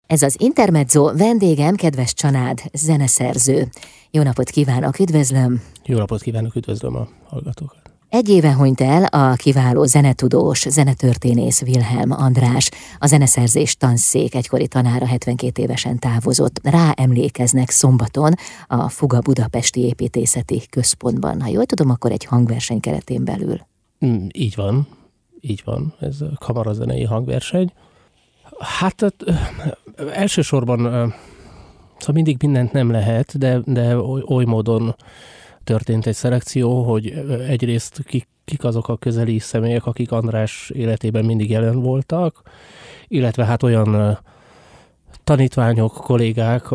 Ez az Intermezzo, vendégem kedves Csanád, zeneszerző. Jó napot kívánok, üdvözlöm! Jó napot kívánok, üdvözlöm a hallgatókat! Egy éve hunyt el a kiváló zenetudós, zenetörténész Wilhelm András. A zeneszerzés tanszék egykori tanára 72 évesen távozott. Rá emlékeznek szombaton a Fuga Budapesti Építészeti Központban. Ha jól tudom, akkor egy hangverseny keretén belül. Így van. Ez a kamarazenei hangverseny. Hát elsősorban szóval mindig mindent nem lehet, de oly módon történt egy szelekció, hogy egyrészt kik azok a közeli személyek, akik András életében mindig jelen voltak, illetve hát olyan tanítványok, kollégák,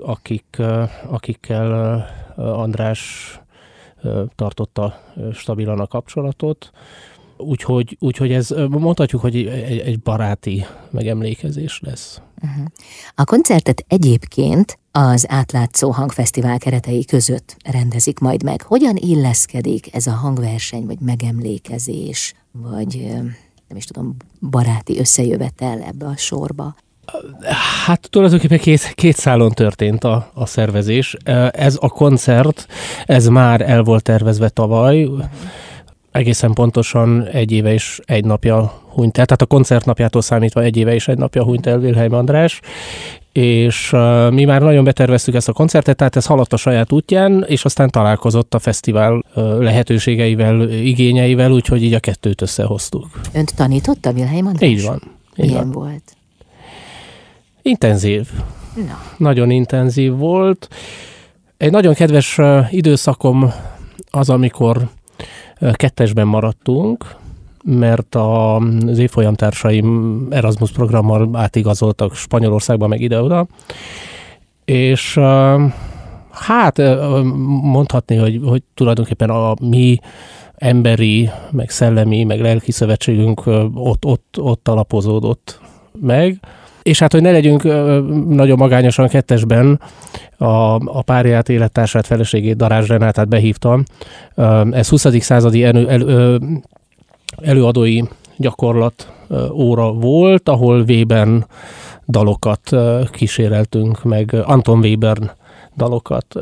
akikkel András tartotta stabilan a kapcsolatot. Úgyhogy ez mondhatjuk, hogy egy baráti megemlékezés lesz. Uh-huh. A koncertet egyébként az Átlátszó Hangfesztivál keretei között rendezik majd meg. Hogyan illeszkedik ez a hangverseny, vagy megemlékezés, vagy nem is tudom, baráti összejövetel ebbe a sorba? Hát tulajdonképpen két szálon történt a szervezés. Ez a koncert, ez már el volt tervezve tavaly, egészen pontosan egy éve és egy napja hunyt el, tehát a koncertnapjától számítva egy éve és egy napja hunyt el Wilhelm András, és mi már nagyon beterveztük ezt a koncertet, tehát ez haladt a saját útján, és aztán találkozott a fesztivál lehetőségeivel, igényeivel, úgyhogy így a kettőt összehoztuk. Önt tanította Wilhelm András? Így van. Milyen volt? Intenzív. Nagyon intenzív volt. Egy nagyon kedves időszakom az, amikor kettesben maradtunk, mert az évfolyamtársaim Erasmus programmal átigazoltak Spanyolországba, meg ide-oda, és hát mondhatni, hogy tulajdonképpen a mi emberi, meg szellemi, meg lelki szövetségünk ott alapozódott meg. És hát, hogy ne legyünk nagyon magányosan kettesben, a párját, élettársát, feleségét, Darázs Renátát behívtam. Ez 20. századi előadói gyakorlat óra volt, ahol Webern dalokat kíséreltünk, meg Anton Webern dalokat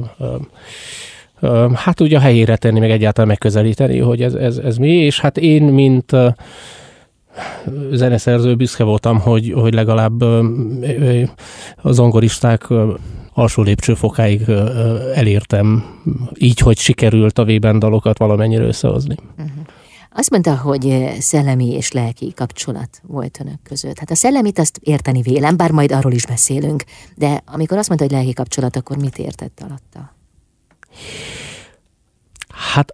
hát ugye a helyére tenni, meg egyáltalán megközelíteni, hogy ez mi, és hát én, mint zeneszerző büszke voltam, hogy legalább a zongoristák alsó lépcsőfokáig elértem, így, hogy sikerült a Webern dalokat valamennyire összehozni. Uh-huh. Azt mondta, hogy szellemi és lelki kapcsolat volt önök között. Hát a szellemit azt érteni vélem, bár majd arról is beszélünk, de amikor azt mondta, hogy lelki kapcsolat, akkor mit értett alatta? Hát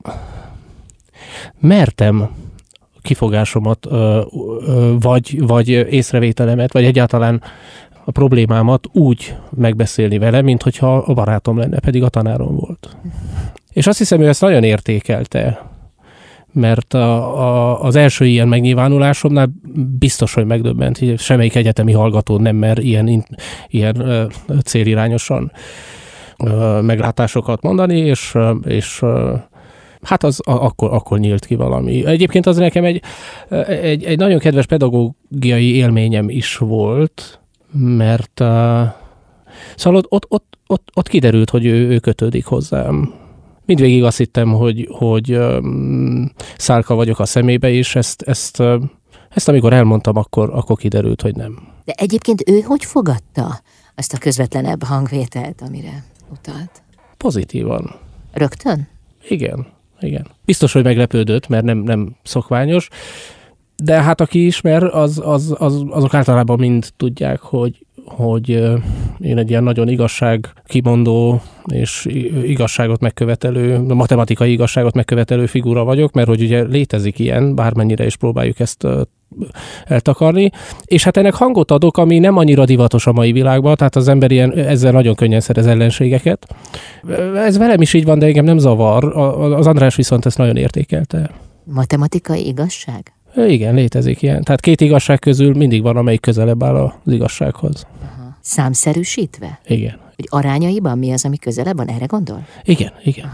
mertem kifogásomat, vagy észrevételemet, vagy egyáltalán a problémámat úgy megbeszélni vele, mint hogyha a barátom lenne, pedig a tanárom volt. És azt hiszem, ő ezt nagyon értékelte, mert az első ilyen megnyilvánulásomnál biztos, hogy megdöbbent, hogy semmelyik egyetemi hallgató nem mer ilyen célirányosan meglátásokat mondani, és hát az akkor nyílt ki valami. Egyébként az nekem egy nagyon kedves pedagógiai élményem is volt, mert szóval ott kiderült, hogy ő kötődik hozzám. Mindvégig azt hittem, hogy szálka vagyok a szemébe, és ezt amikor elmondtam, akkor kiderült, hogy nem. De egyébként ő hogy fogadta azt a közvetlenebb hangvételt, amire utalt? Pozitívan. Rögtön? Igen. Biztos, hogy meglepődött, mert nem szokványos, de hát aki ismer, azok általában mind tudják, hogy én egy ilyen nagyon igazságkimondó és igazságot megkövetelő, matematikai igazságot megkövetelő figura vagyok, mert hogy ugye létezik ilyen, bármennyire is próbáljuk ezt eltakarni, és hát ennek hangot adok, ami nem annyira divatos a mai világban, tehát az ember ezzel nagyon könnyen szerez ellenségeket. Ez velem is így van, de engem nem zavar. Az András viszont ezt nagyon értékelte. Matematikai igazság? Igen, létezik ilyen. Tehát két igazság közül mindig van, amelyik közelebb áll az igazsághoz. Aha. Számszerűsítve? Igen. Hogy arányaiban mi az, ami közelebb van? Erre gondol? Igen.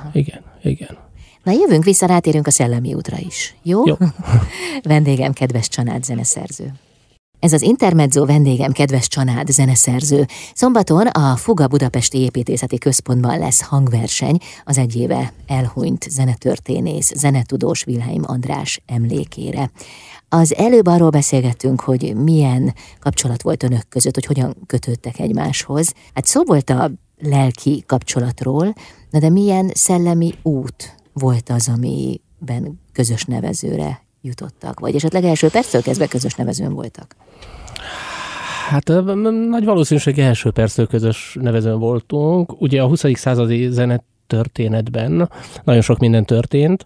Na jövünk vissza, rátérünk a szellemi útra is. Jó? Jó. Vendégem kedves Csanád zeneszerző. Ez az Intermezzo, vendégem kedves Csanád zeneszerző. Szombaton a Fuga Budapesti Építészeti Központban lesz hangverseny az egy éve elhunyt zenetörténész, zenetudós Wilhelm András emlékére. Az előbb arról beszélgettünk, hogy milyen kapcsolat volt önök között, hogy hogyan kötődtek egymáshoz. Hát szó volt a lelki kapcsolatról, de milyen szellemi út volt az, amiben közös nevezőre jutottak? Vagy esetleg első perctől kezdve közös nevezőn voltak? Hát nagy valószínűség első perctől közös nevezőn voltunk. Ugye a 20. századi zenetörténetben nagyon sok minden történt,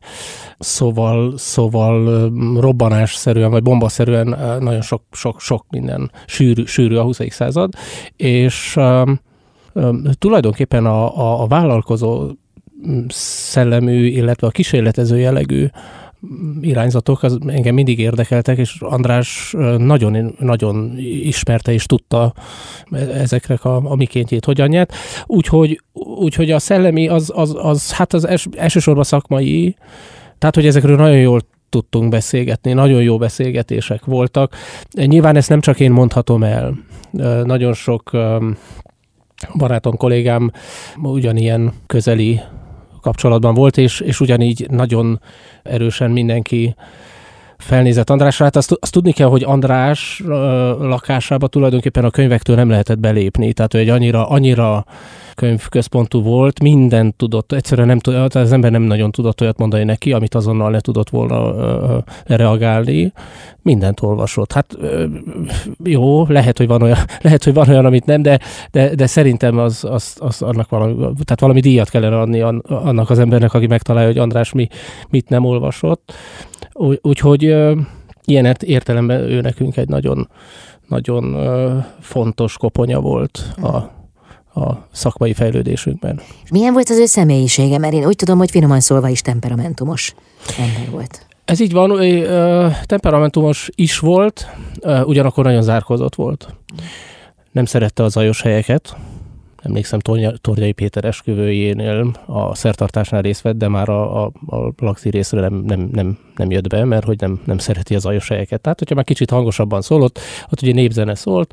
szóval robbanásszerűen, vagy bombaszerűen nagyon sok minden sűrű a 20. század, és tulajdonképpen a vállalkozó szellemű, illetve a kísérletező jellegű irányzatok az engem mindig érdekeltek, és András nagyon ismerte és tudta ezeknek a mikéntjét, hogyan nyert. Úgyhogy a szellemi az elsősorban szakmai, tehát hogy ezekről nagyon jól tudtunk beszélgetni, nagyon jó beszélgetések voltak. Nyilván ezt nem csak én mondhatom el. Nagyon sok barátom, kollégám ugyanilyen közeli kapcsolatban volt, és ugyanígy nagyon erősen mindenki felnézett Andrásra. Hát azt tudni kell, hogy András lakásába tulajdonképpen a könyvektől nem lehetett belépni, tehát ő egy annyira könyvközpontú volt, mindent tudott, egyszerűen nem tudott, az ember nem nagyon tudott olyat mondani neki, amit azonnal ne tudott volna reagálni. Mindent olvasott. Hát jó, lehet, hogy van olyan, amit nem, de szerintem az annak valami díjat kellene adni annak az embernek, aki megtalálja, hogy András mit nem olvasott. Úgyhogy ilyen értelemben ő nekünk egy nagyon, nagyon fontos koponya volt a szakmai fejlődésünkben. Milyen volt az ő személyisége? Mert én úgy tudom, hogy finoman szólva is temperamentumos ember volt. Ez így van, temperamentumos is volt, ugyanakkor nagyon zárkózott volt. Nem szerette a zajos helyeket. Emlékszem, Tornyai Péter esküvőjénél a szertartásnál részt vett, de már a lagzi részre nem jött be, mert hogy nem szereti az zajos helyeket. Tehát, hogyha már kicsit hangosabban szólott, ott ugye népzene szólt,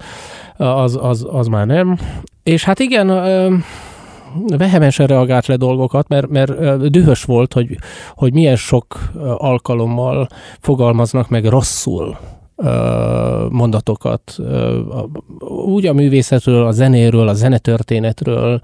az már nem. És hát igen, vehemensen reagált le dolgokat, mert dühös volt, hogy milyen sok alkalommal fogalmaznak meg rosszul mondatokat, úgy a művészetről, a zenéről, a zenetörténetről.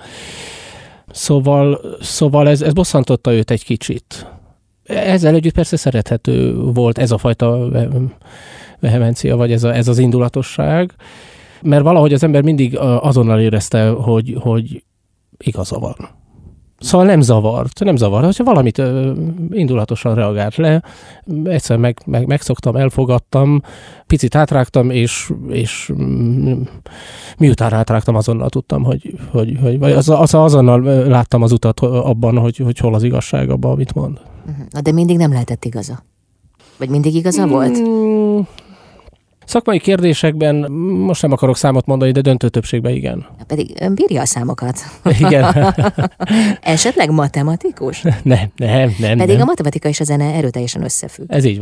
Szóval ez bosszantotta őt egy kicsit. Ezzel együtt persze szerethető volt ez a fajta vehemencia, vagy ez az indulatosság, mert valahogy az ember mindig azonnal érezte, hogy igaza van. Szóval nem zavart, hogyha valamit indulatosan reagált le, egyszer megszoktam, elfogadtam, picit átrágtam, és miután átrágtam, azonnal tudtam, hogy azonnal láttam az utat abban, hogy hol az igazság abban, amit mond. De mindig nem lehetett igaza? Vagy mindig igaza volt? Szakmai kérdésekben most nem akarok számot mondani, de döntő többségben igen. Pedig ön bírja a számokat. Igen. Esetleg matematikus? Nem. Pedig a matematika és a zene erőteljesen összefügg. Ez így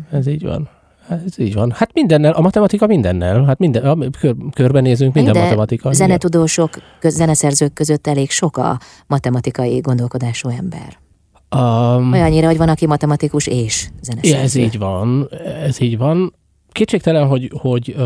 van. Hát mindennel, a matematika mindennel. Hát körbenézünk, minden matematika. Zenetudósok, zeneszerzők között elég sok a matematikai gondolkodású ember. Olyannyira, hogy van, aki matematikus és zeneszerző. Ez így van. Kétségtelen, hogy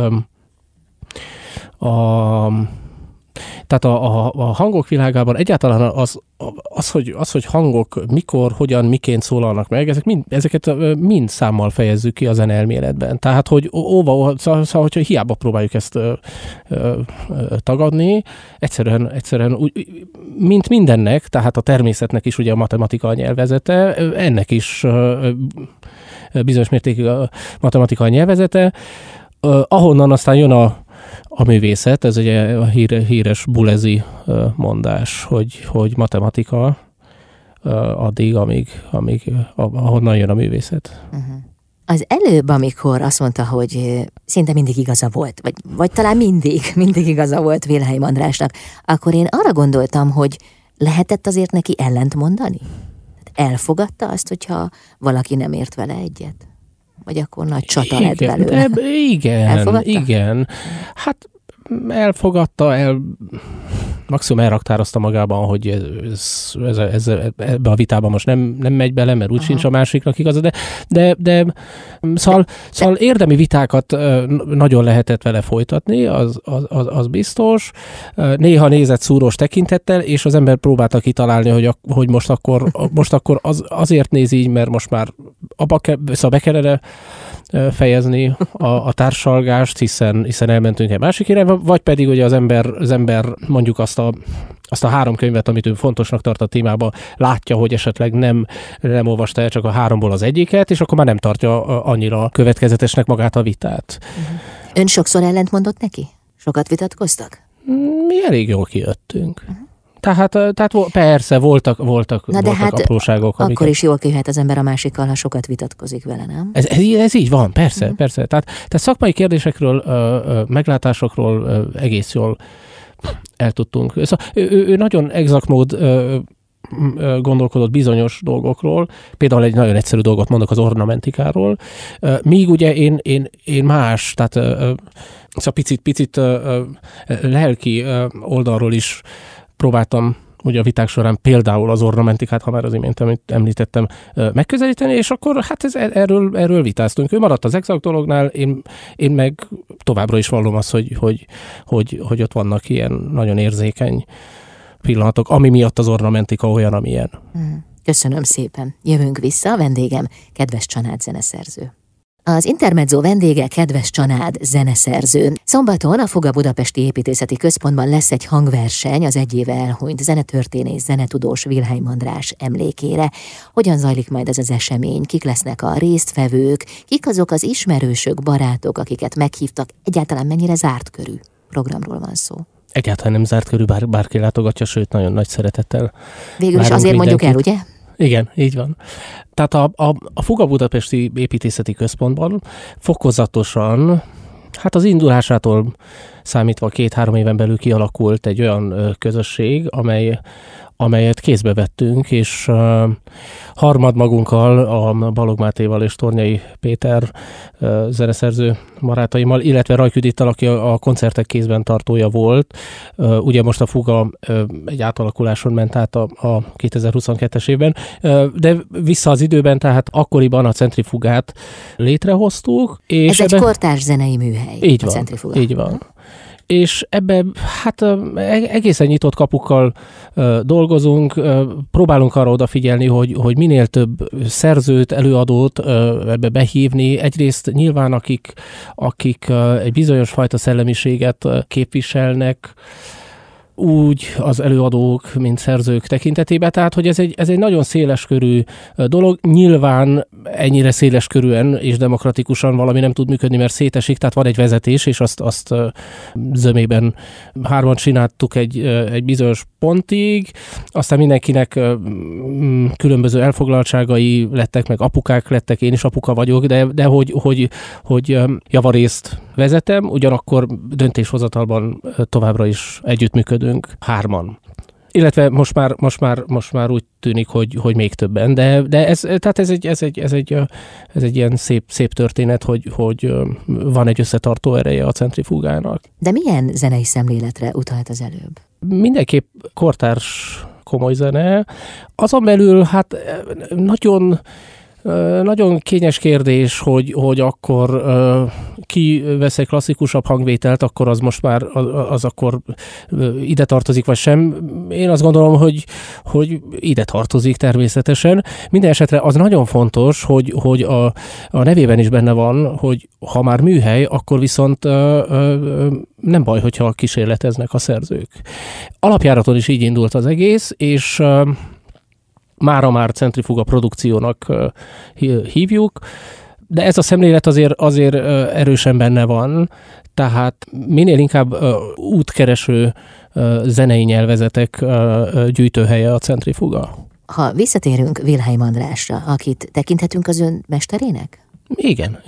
tehát a hangok világában egyáltalán az, hogy hangok mikor, hogyan, miként szólalnak meg, ezeket mind számmal fejezzük ki a zeneelméletben. Tehát, hogy szóval, hogy hiába próbáljuk ezt tagadni, egyszerűen mint mindennek, tehát a természetnek is ugye a matematika a nyelvezete, ennek is bizonyos mértékig a matematika a nyelvezete, ahonnan aztán jön a művészet, ez ugye a híres Boulez-i mondás, hogy matematika addig, amíg ahonnan jön a művészet. Az előbb, amikor azt mondta, hogy szinte mindig igaza volt, vagy talán mindig igaza volt Wilhelm Andrásnak, akkor én arra gondoltam, hogy lehetett azért neki ellent mondani? Elfogadta azt, hogyha valaki nem ért vele egyet? Vagy akkor nagy csata lett belőle? Igen. Elfogadta? Igen. Hát elfogadta, maximum elraktározta magában, hogy ebbe a vitában most nem megy bele, mert úgy sincs a másiknak igaza, de szóval érdemi vitákat nagyon lehetett vele folytatni, az biztos. Néha nézett szúrós tekintettel, és az ember próbálta kitalálni, hogy most akkor azért néz így, mert most már be kellene fejezni a társalgást, hiszen elmentünk egy másik irányba, vagy pedig ugye az ember mondjuk azt a 3 könyvet, amit ő fontosnak tart a témában, látja, hogy esetleg nem olvasta el csak a 3-ból az egyiket, és akkor már nem tartja annyira következetesnek magát a vitát. Ön sokszor ellentmondott neki? Sokat vitatkoztak? Mi elég jól kijöttünk. Tehát persze, voltak apróságok. Akkor is jól kijöhet az ember a másikkal, ha sokat vitatkozik vele, nem? Ez így van, persze. Tehát szakmai kérdésekről, meglátásokról egész jól el tudtunk. Szóval ő nagyon exakt mód gondolkodott bizonyos dolgokról, például egy nagyon egyszerű dolgot mondok az ornamentikáról, míg ugye én más, tehát szóval picit lelki oldalról is próbáltam ugye a viták során például az ornamentikát, ha már az imént említettem, megközelíteni, és akkor hát erről vitáztunk. Ő maradt az exakt dolognál, én meg továbbra is vallom azt, hogy ott vannak ilyen nagyon érzékeny pillanatok, ami miatt az ornamentika olyan, amilyen. Köszönöm szépen. Jövünk vissza, a vendégem Kedves Csanád zeneszerző. Az Intermezzo vendége Kedves Csanád zeneszerző. Szombaton a Fuga Budapesti Építészeti Központban lesz egy hangverseny az egy éve elhunyt zenetörténész, zenetudós Wilhelm András emlékére. Hogyan zajlik majd ez az esemény? Kik lesznek a résztvevők? Kik azok az ismerősök, barátok, akiket meghívtak? Egyáltalán mennyire zárt körű programról van szó? Egyáltalán nem zárt körű, bárki látogatja, sőt, nagyon nagy szeretettel. Végül is azért mondjuk el, ugye? Igen, így van. Tehát a Fuga Budapesti Építészeti Központban fokozatosan, hát az indulásától számítva 2-3 éven belül kialakult egy olyan közösség, amelyet kézbe vettünk, és harmadmagunkkal, a Balogh Mátéval és Tornyai Péter zeneszerző barátaimmal, illetve Rajk Judittal, aki a koncertek kézben tartója volt. Ugye most a Fuga egy átalakuláson ment át a 2022-es évben, de vissza az időben, tehát akkoriban a centrifugát létrehoztuk. És ez egy kortárs zenei műhely. Így van, centrifuga. Így van. És ebben hát egészen nyitott kapukkal dolgozunk, próbálunk arra odafigyelni, hogy minél több szerzőt, előadót ebbe behívni. Egyrészt nyilván akik egy bizonyos fajta szellemiséget képviselnek, úgy az előadók, mint szerzők tekintetében, tehát hogy ez egy nagyon széleskörű dolog. Nyilván ennyire széleskörűen és demokratikusan valami nem tud működni, mert szétesik, tehát van egy vezetés, és azt zömében 3-an csináltuk egy bizonyos pontig, aztán mindenkinek különböző elfoglaltságai lettek, meg apukák lettek, én is apuka vagyok, de hogy javarészt vezetem, ugyanakkor döntéshozatalban továbbra is együttműködünk 3-an. Illetve most már úgy tűnik, hogy még többen, de ez egy ilyen szép történet, hogy van egy összetartó ereje a centrifugának. De milyen zenei szemléletre utalt az előbb? Mindenképp kortárs komoly zene. Azon belül hát nagyon kényes kérdés, hogy akkor kivesz egy klasszikusabb hangvételt, akkor az most már az akkor ide tartozik, vagy sem. Én azt gondolom, hogy ide tartozik természetesen. Minden esetre az nagyon fontos, hogy a nevében is benne van, hogy ha már műhely, akkor viszont nem baj, hogyha kísérleteznek a szerzők. Alapjáraton is így indult az egész, és mára már centrifuga produkciónak hívjuk, de ez a szemlélet azért erősen benne van, tehát minél inkább útkereső zenei nyelvezetek gyűjtőhelye a centrifuga. Ha visszatérünk Wilhelm Andrásra, akit tekinthetünk az ön mesterének? Igen.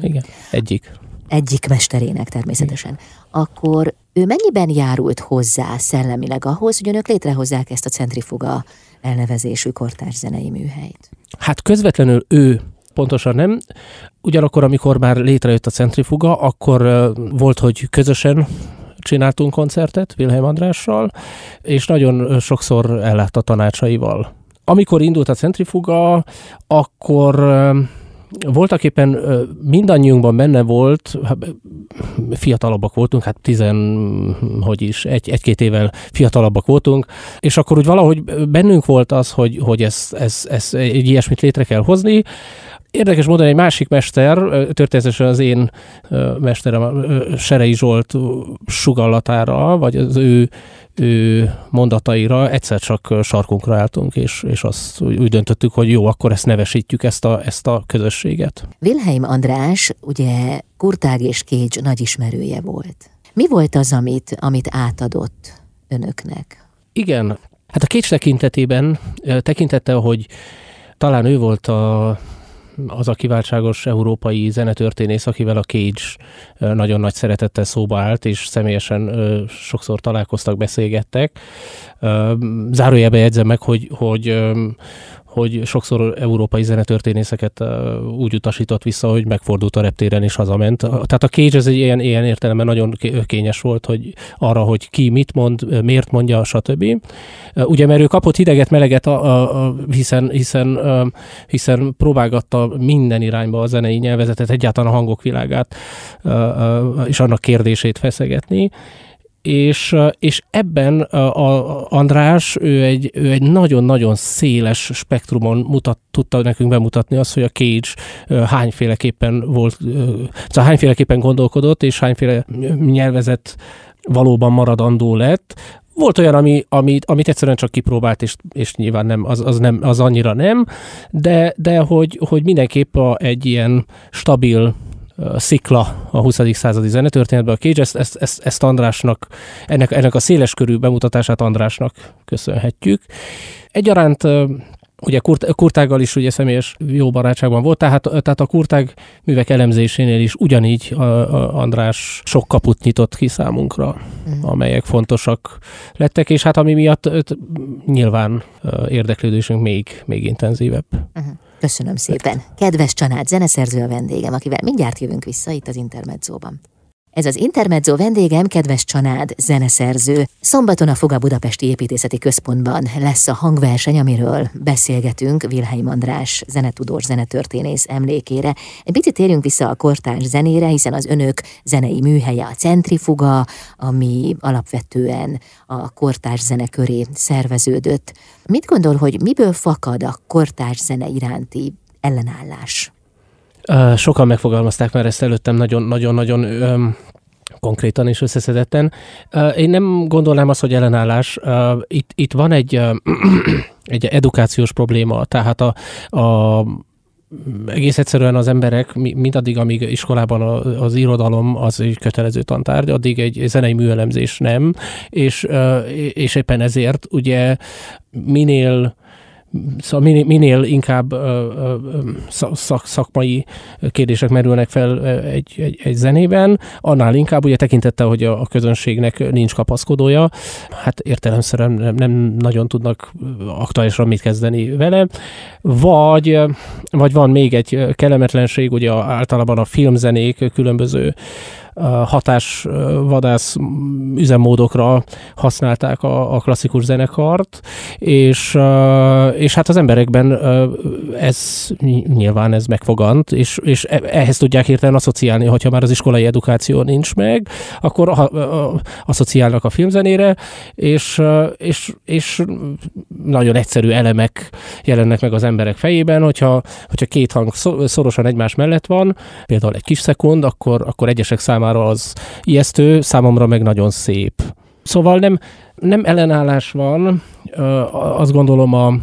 Egyik mesterének természetesen. Akkor ő mennyiben járult hozzá szellemileg ahhoz, hogy önök létrehozzák ezt a centrifuga elnevezésű kortárs zenei műhelyt? Hát közvetlenül ő pontosan nem. Ugyanakkor, amikor már létrejött a centrifuga, akkor volt, hogy közösen csináltunk koncertet Wilhelm Andrással, és nagyon sokszor ellátta tanácsaival. Amikor indult a centrifuga, akkor voltaképpen mindannyiunkban benne volt, fiatalabbak voltunk, hát egy-két évvel fiatalabbak voltunk, és akkor úgy valahogy bennünk volt az, hogy ez egy ilyesmit létre kell hozni. Érdekes módon egy másik mester, történetesen az én mesterem, Serei Zsolt sugallatára, vagy az ő mondataira egyszer csak sarkunkra álltunk, és azt úgy döntöttük, hogy jó, akkor ezt nevesítjük, ezt a közösséget. Wilhelm András ugye Kurtág és Cage nagy ismerője volt. Mi volt az, amit átadott önöknek? Igen, hát a Cage tekintetében tekintette, hogy talán ő volt az a kiváltságos európai zenetörténész, akivel a Cage nagyon nagy szeretettel szóba állt, és személyesen sokszor találkoztak, beszélgettek. Zárójelben jegyzem meg, hogy sokszor európai zenetörténészeket úgy utasított vissza, hogy megfordult a reptéren és hazament. Tehát a Cage ez egy ilyen értelemben nagyon kényes volt, hogy arra, hogy ki mit mond, miért mondja, stb. Ugye, mert ő kapott hideget, meleget, hiszen próbálgatta minden irányba a zenei nyelvezetet, egyáltalán a hangok világát, és annak kérdését feszegetni. És ebben András, ő egy nagyon-nagyon széles spektrumon tudta nekünk bemutatni azt, hogy a Cage hányféleképpen gondolkodott, és hányféle nyelvezet valóban maradandó lett. Volt olyan, amit egyszerűen csak kipróbált, és nyilván nem, az annyira nem, de hogy mindenképp egy ilyen stabil szikla a 20. századi zenetörténetben. A Cage ezt Andrásnak, ennek a széleskörű bemutatását Andrásnak köszönhetjük. Egyaránt ugye Kurtággal is ugye személyes jó barátságban volt, tehát a Kurtág művek elemzésénél is ugyanígy András sok kaput nyitott ki számunkra, amelyek fontosak lettek, és hát ami miatt nyilván érdeklődésünk még intenzívebb. Köszönöm szépen. Kedves Csanád zeneszerző a vendégem, akivel mindjárt jövünk vissza itt az Intermedzóban. Ez az Intermezzo vendégem, kedves Csanád zeneszerző. Szombaton a Foga Budapesti Építészeti Központban lesz a hangverseny, amiről beszélgetünk Wilhelm András zenetudós, zenetörténész emlékére. Egy picit térjünk vissza a kortárs zenére, hiszen az önök zenei műhelye a centrifuga, ami alapvetően a kortárs zene köré szerveződött. Mit gondol, hogy miből fakad a kortárs zene iránti ellenállás? Sokan megfogalmazták már ezt előttem nagyon-nagyon konkrétan és összeszedetten. Én nem gondolnám azt, hogy ellenállás. Itt van egy edukációs probléma, tehát egész egyszerűen az emberek, mindaddig, amíg iskolában az irodalom az egy kötelező tantárgy, addig egy zenei műelemzés nem, és éppen ezért ugye minél inkább szakmai kérdések merülnek fel egy zenében, annál inkább ugye tekintettel, hogy a közönségnek nincs kapaszkodója, hát értelemszerűen nem nagyon tudnak aktuálisan mit kezdeni vele, vagy van még egy kellemetlenség, ugye általában a filmzenék különböző hatásvadász üzemmódokra használták a klasszikus zenekart, és hát az emberekben ez nyilván megfogant, és ehhez tudják hirtelen asszociálni, hogyha már az iskolai edukáció nincs meg, akkor asszociálnak a filmzenére, és nagyon egyszerű elemek jelennek meg az emberek fejében, hogyha két hang szorosan egymás mellett van, például egy kis szekund, akkor egyesek számára az ijesztő, számomra meg nagyon szép. Szóval nem ellenállás van, azt gondolom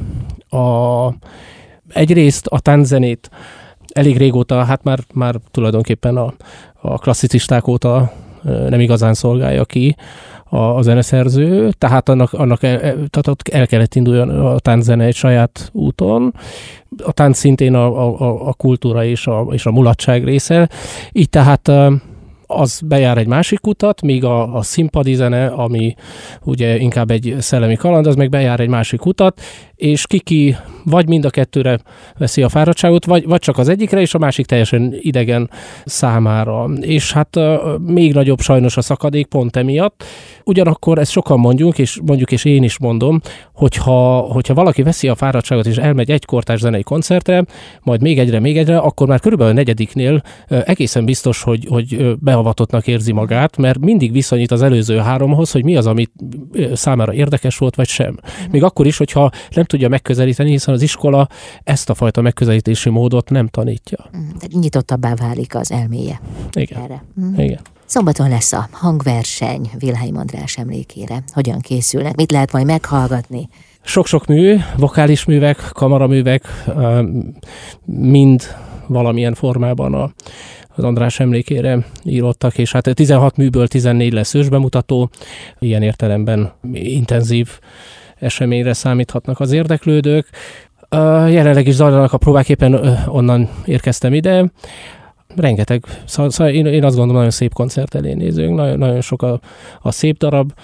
egyrészt a tánczenét elég régóta, hát már tulajdonképpen a klasszicisták óta nem igazán szolgálja ki a zeneszerző, tehát annak el kellett induljon a tánczene egy saját úton. A tánc szintén a kultúra és a mulatság része. Így tehát az bejár egy másik utat, míg a színpadi zene, ami ugye inkább egy szellemi kaland, az meg bejár egy másik utat, és ki vagy mind a kettőre veszi a fáradtságot, vagy csak az egyikre, és a másik teljesen idegen számára. És hát még nagyobb sajnos a szakadék pont emiatt. Ugyanakkor ezt sokan mondjuk, és én is mondom, hogyha valaki veszi a fáradtságot, és elmegy egy kortárs zenei koncertre, majd még egyre, akkor már körülbelül a negyediknél egészen biztos, hogy beavatottnak érzi magát, mert mindig viszonyít az előző háromhoz, hogy mi az, ami számára érdekes volt, vagy sem. Még akkor is, hogyha nem tudja megközelíteni, hiszen az iskola ezt a fajta megközelítési módot nem tanítja. Tehát nyitottabbá válik az elméje. Igen. Erre. Igen. Szombaton lesz a hangverseny Wilhelm András emlékére. Hogyan készülnek? Mit lehet majd meghallgatni? Sok-sok mű, vokális művek, kamaraművek, mind valamilyen formában az András emlékére írottak, és hát 16 műből 14 lesz ősbemutató, ilyen értelemben intenzív eseményre számíthatnak az érdeklődők. Jelenleg is zajlanak a próbák, éppen onnan érkeztem ide. Rengeteg, szóval én azt gondolom, nagyon szép koncert elé nézünk, nagyon sok a szép darab,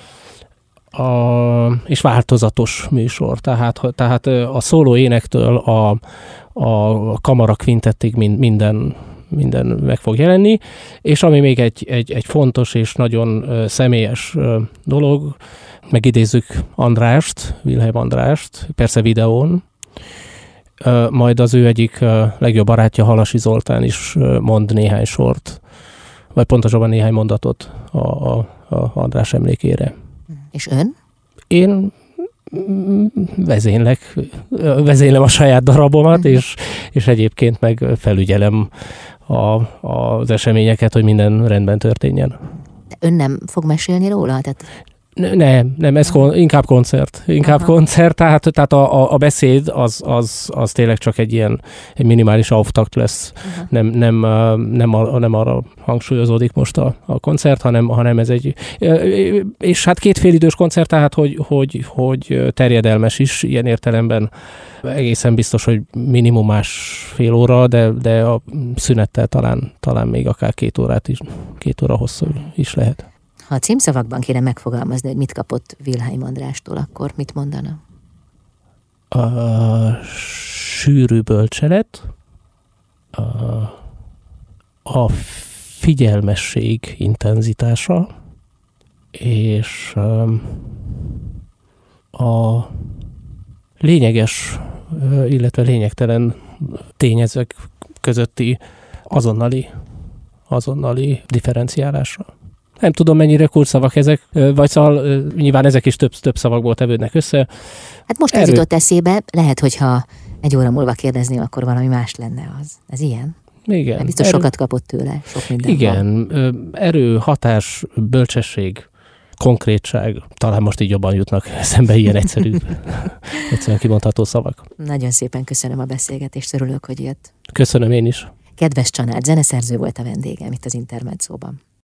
és változatos műsor. Tehát a szóló énektől a kamara kvintettig minden meg fog jelenni, és ami még egy fontos és nagyon személyes dolog, megidézzük Andrást, Wilhelm Andrást, persze videón, majd az ő egyik legjobb barátja, Halasi Zoltán is mond néhány sort, vagy pontosabban néhány mondatot a András emlékére. És ön? Én vezénylem a saját darabomat, és egyébként meg felügyelem az eseményeket, hogy minden rendben történjen. De ön nem fog mesélni róla? Tehát... Nem, ez inkább koncert. Tehát a beszéd az tényleg csak egy minimális auftakt lesz. Nem arra hangsúlyozódik most a koncert, hanem ez egy... És hát két félidős koncert, tehát hogy terjedelmes is ilyen értelemben. Egészen biztos, hogy minimum másfél óra, de a szünettel talán még akár 2 óra hosszú is lehet. Ha a címszavakban kéne megfogalmazni, hogy mit kapott Wilhelm Andrástól, akkor mit mondana? A sűrű bölcselet, a figyelmesség intenzitása, és a lényeges, illetve lényegtelen tényezők közötti azonnali differenciálásra. Nem tudom, mennyire kulcsszavak ezek, vagy szóval nyilván ezek is több szavakból tevődnek össze. Hát most ez jutott eszébe, lehet, hogyha egy óra múlva kérdezném, akkor valami más lenne az. Ez ilyen? Igen. Mert biztos sokat kapott tőle, sok minden. Igen, erő, hatás, bölcsesség, konkrétság, talán most így jobban jutnak eszembe ilyen egyszerűen kimondható szavak. Nagyon szépen köszönöm a beszélgetést, örülök, hogy jött. Köszönöm én is. Kedves Csanád, zeneszerző volt a vendégem itt az Intermedzóban.